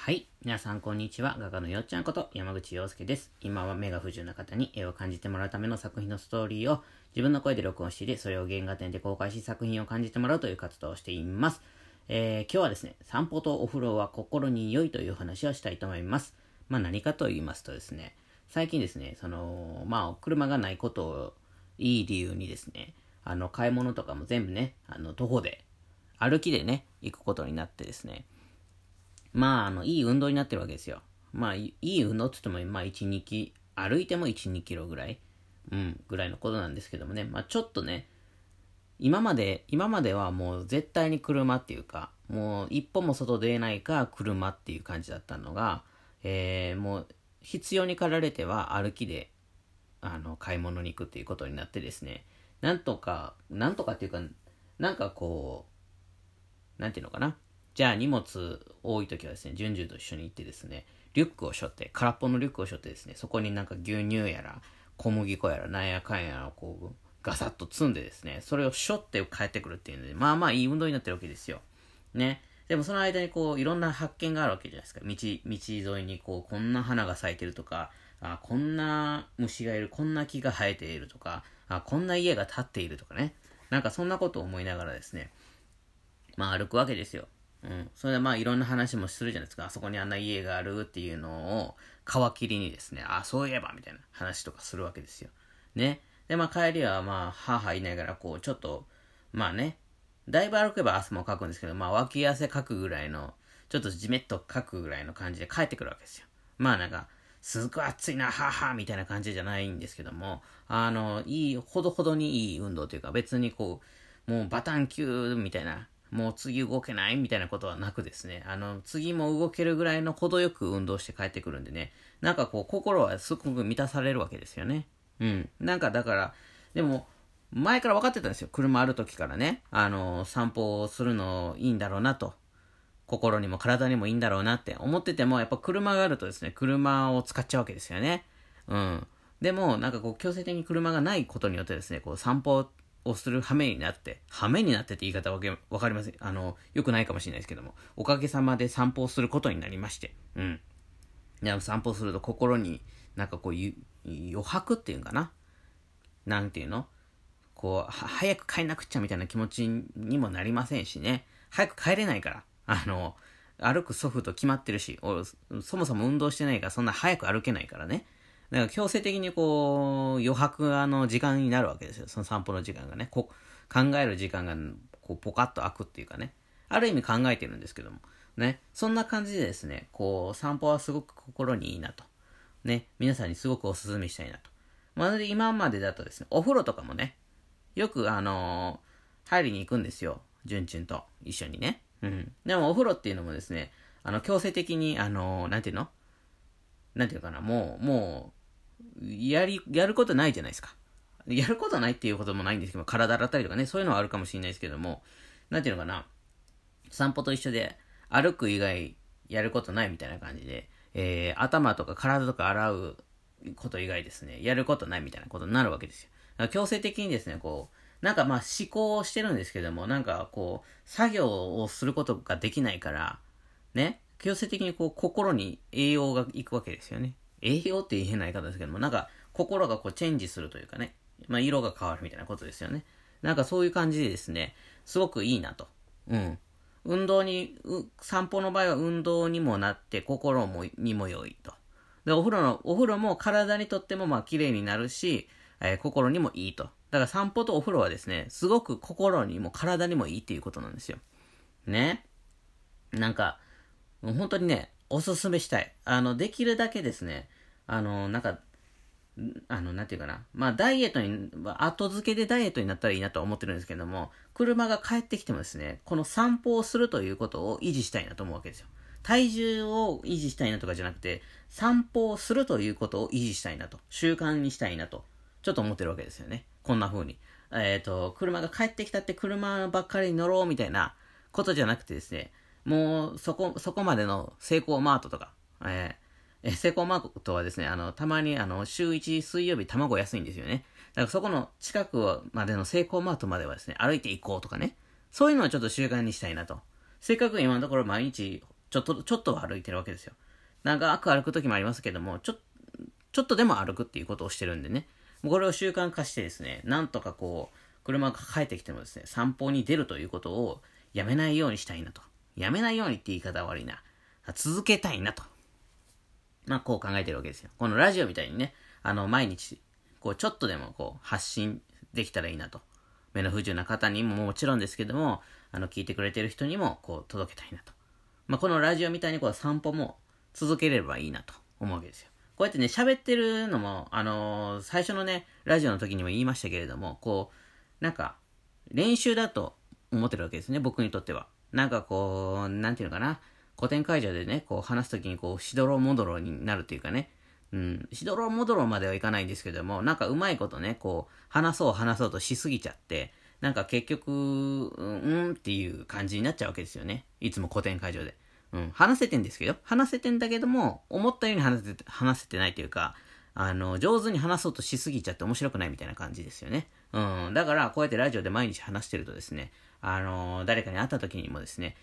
はい。皆さん、こんにちは。画家のよっちゃんこと山口洋介です。今は目が不自由な方に絵を感じてもらうための作品のストーリーを自分の声で録音して、それを原画展で公開し作品を感じてもらうという活動をしています。今日はですね、散歩とお風呂は心に良いという話をしたいと思います。何かと言いますとですね、最近ですね、車がないことをいい理由にですね、買い物とかも全部ね、徒歩で、歩きでね、行くことになってですね、いい運動になってるわけですよ。いい運動って言っても、1、2キロ、歩いても1、2キロぐらい、ぐらいのことなんですけどもね、ちょっとね、今まではもう絶対に車っていうか、もう一歩も外出ないか車っていう感じだったのが、もう必要に駆られては歩きで、買い物に行くっていうことになってですね、なんとかっていうか、なんていうのかな。じゃあ荷物多い時はですね、順々と一緒に行ってですね、リュックを背負って、空っぽのリュックを背負ってですね、そこになんか牛乳やら、小麦粉やら、なんやかんやらをこう、ガサッと積んでですね、それを背負って帰ってくるっていうので、いい運動になってるわけですよ。ね。でもその間にこう、いろんな発見があるわけじゃないですか。道沿いにこんな花が咲いてるとか、こんな虫がいる、こんな木が生えているとか、こんな家が建っているとかね。なんかそんなことを思いながらですね、歩くわけですよ。それでいろんな話もするじゃないですか。あそこにあんな家があるっていうのを皮切りにですね、そういえばみたいな話とかするわけですよ。ね。で、帰りは母言いながらちょっと、だいぶ歩けば汗もかくんですけど、脇汗かくぐらいの、ちょっとじめっとかくぐらいの感じで帰ってくるわけですよ。すごい暑いな、みたいな感じじゃないんですけども、ほどほどにいい運動というか、別にもうバタンキューみたいな、もう次動けないみたいなことはなくですね、次も動けるぐらいの程よく運動して帰ってくるんでね、心はすごく満たされるわけですよね。だから、でも、前から分かってたんですよ。車ある時からね、散歩をするのいいんだろうなと。心にも体にもいいんだろうなって思ってても、やっぱ車があるとですね、車を使っちゃうわけですよね。でも、強制的に車がないことによってですね、散歩をする羽目になってって言い方わかりません。良くないかもしれないですけども、おかげさまで散歩をすることになりまして、で散歩すると心に、余白っていうんかな。なんていうの早く帰んなくちゃみたいな気持ちにもなりませんしね。早く帰れないから。歩くソフト決まってるし、そもそも運動してないからそんな早く歩けないからね。だから強制的に余白時間になるわけですよ。その散歩の時間がね。考える時間がポカッと開くっていうかね。ある意味考えてるんですけども。ね。そんな感じでですね、散歩はすごく心にいいなと。ね。皆さんにすごくお勧めしたいなと。今までだとですね、お風呂とかもね、よく入りに行くんですよ。順々と一緒にね。でもお風呂っていうのもですね、強制的に、なんていうのかな、もう、やることないじゃないですか。やることないっていうこともないんですけど、体だったりとかね、そういうのはあるかもしれないですけども、なんていうのかな、散歩と一緒で、歩く以外やることないみたいな感じで、頭とか体とか洗うこと以外ですね、やることないみたいなことになるわけですよ。強制的にですね、思考をしてるんですけども、作業をすることができないから、ね、強制的に心に栄養がいくわけですよね。栄養って言えない方ですけども、心がチェンジするというかね、色が変わるみたいなことですよね。そういう感じでですね、すごくいいなと。散歩の場合は運動にもなって、心にも良いと。で、お風呂も体にとっても綺麗になるし、心にもいいと。だから散歩とお風呂はですね、すごく心にも体にもいいっていうことなんですよ。ね。本当にね、おすすめしたい。できるだけですね、なんていうかな。ダイエットに、後付けでダイエットになったらいいなと思ってるんですけども、車が帰ってきてもですね、この散歩をするということを維持したいなと思うわけですよ。体重を維持したいなとかじゃなくて、散歩をするということを維持したいなと。習慣にしたいなと。ちょっと思ってるわけですよね。こんな風に。車が帰ってきたって車ばっかりに乗ろうみたいなことじゃなくてですね、もうそこまでのセイコーマートとか、セイコーマートはですね、たまに週1水曜日卵安いんですよね。だからそこの近くまでのセイコーマートまではですね、歩いていこうとかね。そういうのをちょっと習慣にしたいなと。せっかく今のところ毎日ちょっとは歩いてるわけですよ。長く歩く時もありますけども、ちょっとでも歩くっていうことをしてるんでね。これを習慣化してですね、なんとかこう、車が帰ってきてもですね、散歩に出るということをやめないようにしたいなと。やめないようにって言い方は悪いな。続けたいなと。こう考えてるわけですよ。このラジオみたいにね、毎日、こう、ちょっとでもこう、発信できたらいいなと。目の不自由な方にももちろんですけども、聞いてくれてる人にも、こう、届けたいなと。このラジオみたいにこう、散歩も続ければいいなと思うわけですよ。こうやってね、喋ってるのも、最初のね、ラジオの時にも言いましたけれども、こう、練習だと思ってるわけですね、僕にとっては。こう、なんていうのかな、古典会場でね、こう話す時にこう、しどろもどろになるというかね、しどろもどろまではいかないんですけども、うまいことね、こう、話そうとしすぎちゃって、結局、っていう感じになっちゃうわけですよね。いつも古典会場で。話せてんですけど、話せてんだけども、思ったように話せてないというか、上手に話そうとしすぎちゃって面白くないみたいな感じですよね。だから、こうやってラジオで毎日話してるとですね、誰かに会った時にもですね、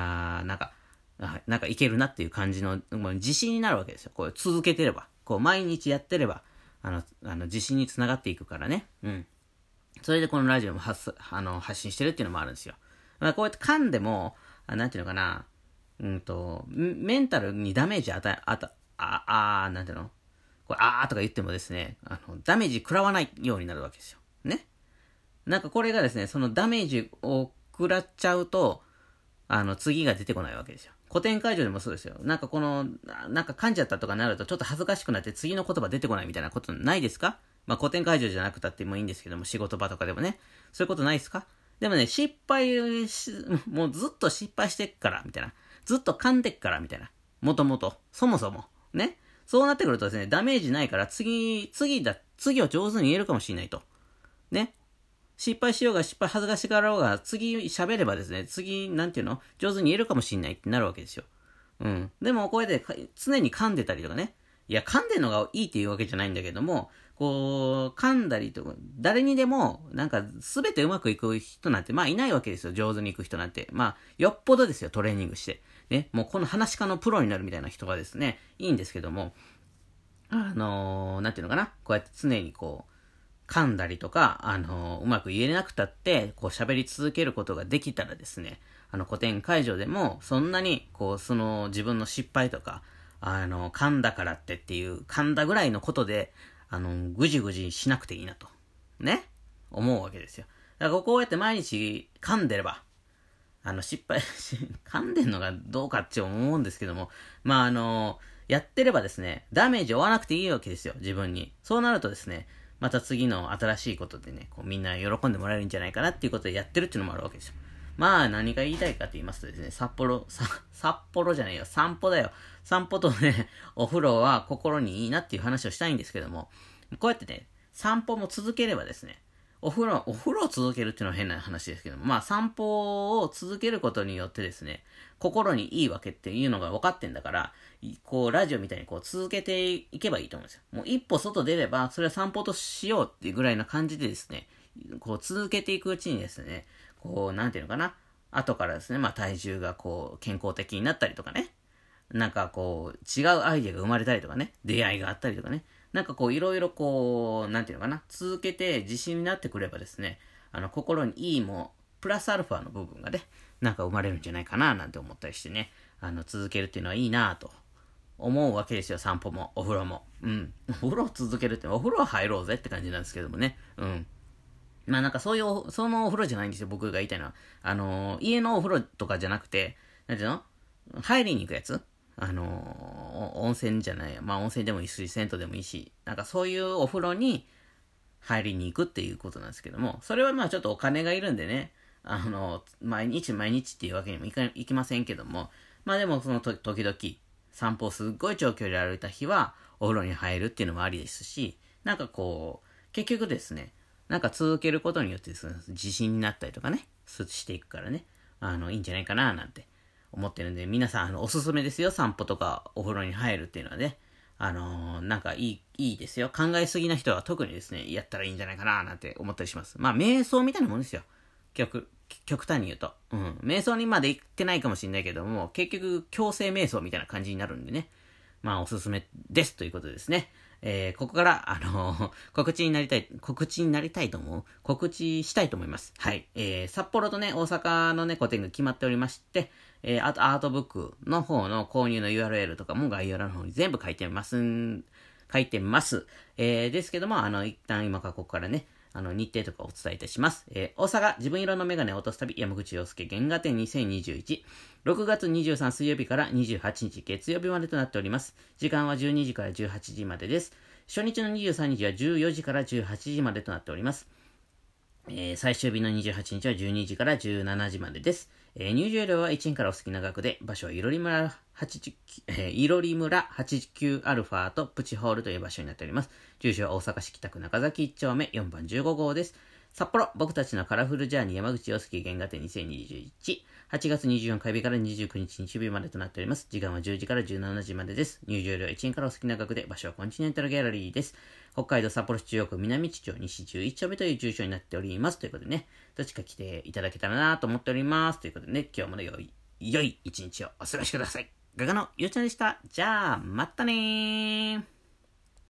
いけるなっていう感じの、もう自信になるわけですよ。こう続けてれば。こう毎日やってれば、自信につながっていくからね。それでこのラジオも発信してるっていうのもあるんですよ。こうやって噛んでも、なんていうのかな、メンタルにダメージなんていうのこれ、とか言ってもですね、ダメージ食らわないようになるわけですよ。ね。これがですね、そのダメージを食らっちゃうと、次が出てこないわけですよ。古典会場でもそうですよ。噛んじゃったとかなるとちょっと恥ずかしくなって次の言葉出てこないみたいなことないですか？古典会場じゃなくたってもいいんですけども、仕事場とかでもね。そういうことないですか？でもね、もうずっと失敗してっから、みたいな。ずっと噛んでっから、みたいな。そもそも。ね。そうなってくるとですね、ダメージないから、次を上手に言えるかもしれないと。ね。失敗しようが恥ずかしがろうが、次喋ればですね、上手に言えるかもしれないってなるわけですよ。でも、こうやって常に噛んでたりとかね。いや、噛んでるのがいいっていうわけじゃないんだけども、こう、噛んだりとか、誰にでも、すべてうまくいく人なんて、いないわけですよ。上手にいく人なんて。よっぽどですよ、トレーニングして。ね、もうこの話し家のプロになるみたいな人がですね、いいんですけども、なんていうのかな、こうやって常にこう、噛んだりとか、うまく言えなくたって、こう喋り続けることができたらですね、古典会場でも、そんなに、こう、自分の失敗とか、噛んだからってっていう、噛んだぐらいのことで、ぐじぐじしなくていいなと。ね思うわけですよ。だからこうやって毎日噛んでれば、噛んでんのがどうかって思うんですけども、やってればですね、ダメージを負わなくていいわけですよ、自分に。そうなるとですね、また次の新しいことでね、こうみんな喜んでもらえるんじゃないかなっていうことでやってるっていうのもあるわけですよ。何が言いたいかと言いますとですね、札幌じゃないよ、散歩だよ。散歩とね、お風呂は心にいいなっていう話をしたいんですけども、こうやってね、散歩も続ければですね、お風呂を続けるっていうのは変な話ですけども、散歩を続けることによってですね、心にいいわけっていうのが分かってんだから、こう、ラジオみたいにこう続けていけばいいと思うんですよ。もう一歩外出れば、それは散歩としようっていうぐらいな感じでですね、こう続けていくうちにですね、こう、なんていうのかな、後からですね、体重がこう、健康的になったりとかね、こう、違うアイデアが生まれたりとかね、出会いがあったりとかね、こう、いろいろこう、なんていうのかな、続けて自信になってくればですね、心にいいプラスアルファの部分がね、生まれるんじゃないかな、なんて思ったりしてね、続けるっていうのはいいなぁと思うわけですよ、散歩も、お風呂も。お風呂を続けるって、お風呂入ろうぜって感じなんですけどもね。そういう、そのお風呂じゃないんですよ、僕が言いたいのは。家のお風呂とかじゃなくて、なんていうの入りに行くやつ温泉じゃない、温泉でもいいし、銭湯でもいいし、そういうお風呂に入りに行くっていうことなんですけども、それはちょっとお金がいるんでね、毎日っていうわけにもいきませんけども、でもその時々、散歩をすっごい長距離で歩いた日は、お風呂に入るっていうのもありですし、こう、結局ですね、続けることによってですね、自信になったりとかね、していくからね、いいんじゃないかななんて思ってるんで、皆さん、おすすめですよ、散歩とかお風呂に入るっていうのはね。いいですよ。考えすぎな人は特にですね、やったらいいんじゃないかななんて思ったりします。瞑想みたいなもんですよ。結極端に言うと。瞑想にまで行ってないかもしれないけども、結局強制瞑想みたいな感じになるんでね。まあおすすめですということですね。ここから、告知になりたいと思う告知したいと思います。はい。札幌とね、大阪のね、個展が決まっておりまして、あとアートブックの方の購入の URL とかも概要欄の方に全部書いてます。ですけども、一旦今からここからね、日程とかお伝えいたします。大阪、自分色のメガネを落とす旅、山口洋介原画展2021。6月23水曜日から28日月曜日までとなっております。時間は12時から18時までです。初日の23日は14時から18時までとなっております。最終日の28日は12時から17時までです。入場料は1円からお好きな額で、場所はいろり村89αとプチホールという場所になっております。住所は大阪市北区中崎1丁目4番15号です。札幌、僕たちのカラフルジャーニー山口洋介原画展2021。8月24日火曜日から29日日曜日までとなっております。時間は10時から17時までです。入場料1円からお好きな額で、場所はコンチネンタルギャラリーです。北海道札幌市中央区南知町西11丁目という住所になっております。ということでね、どっちか来ていただけたらなと思っております。ということでね、今日も良い一日をお過ごしください。ガガのゆうちゃんでした。じゃあ、またねー。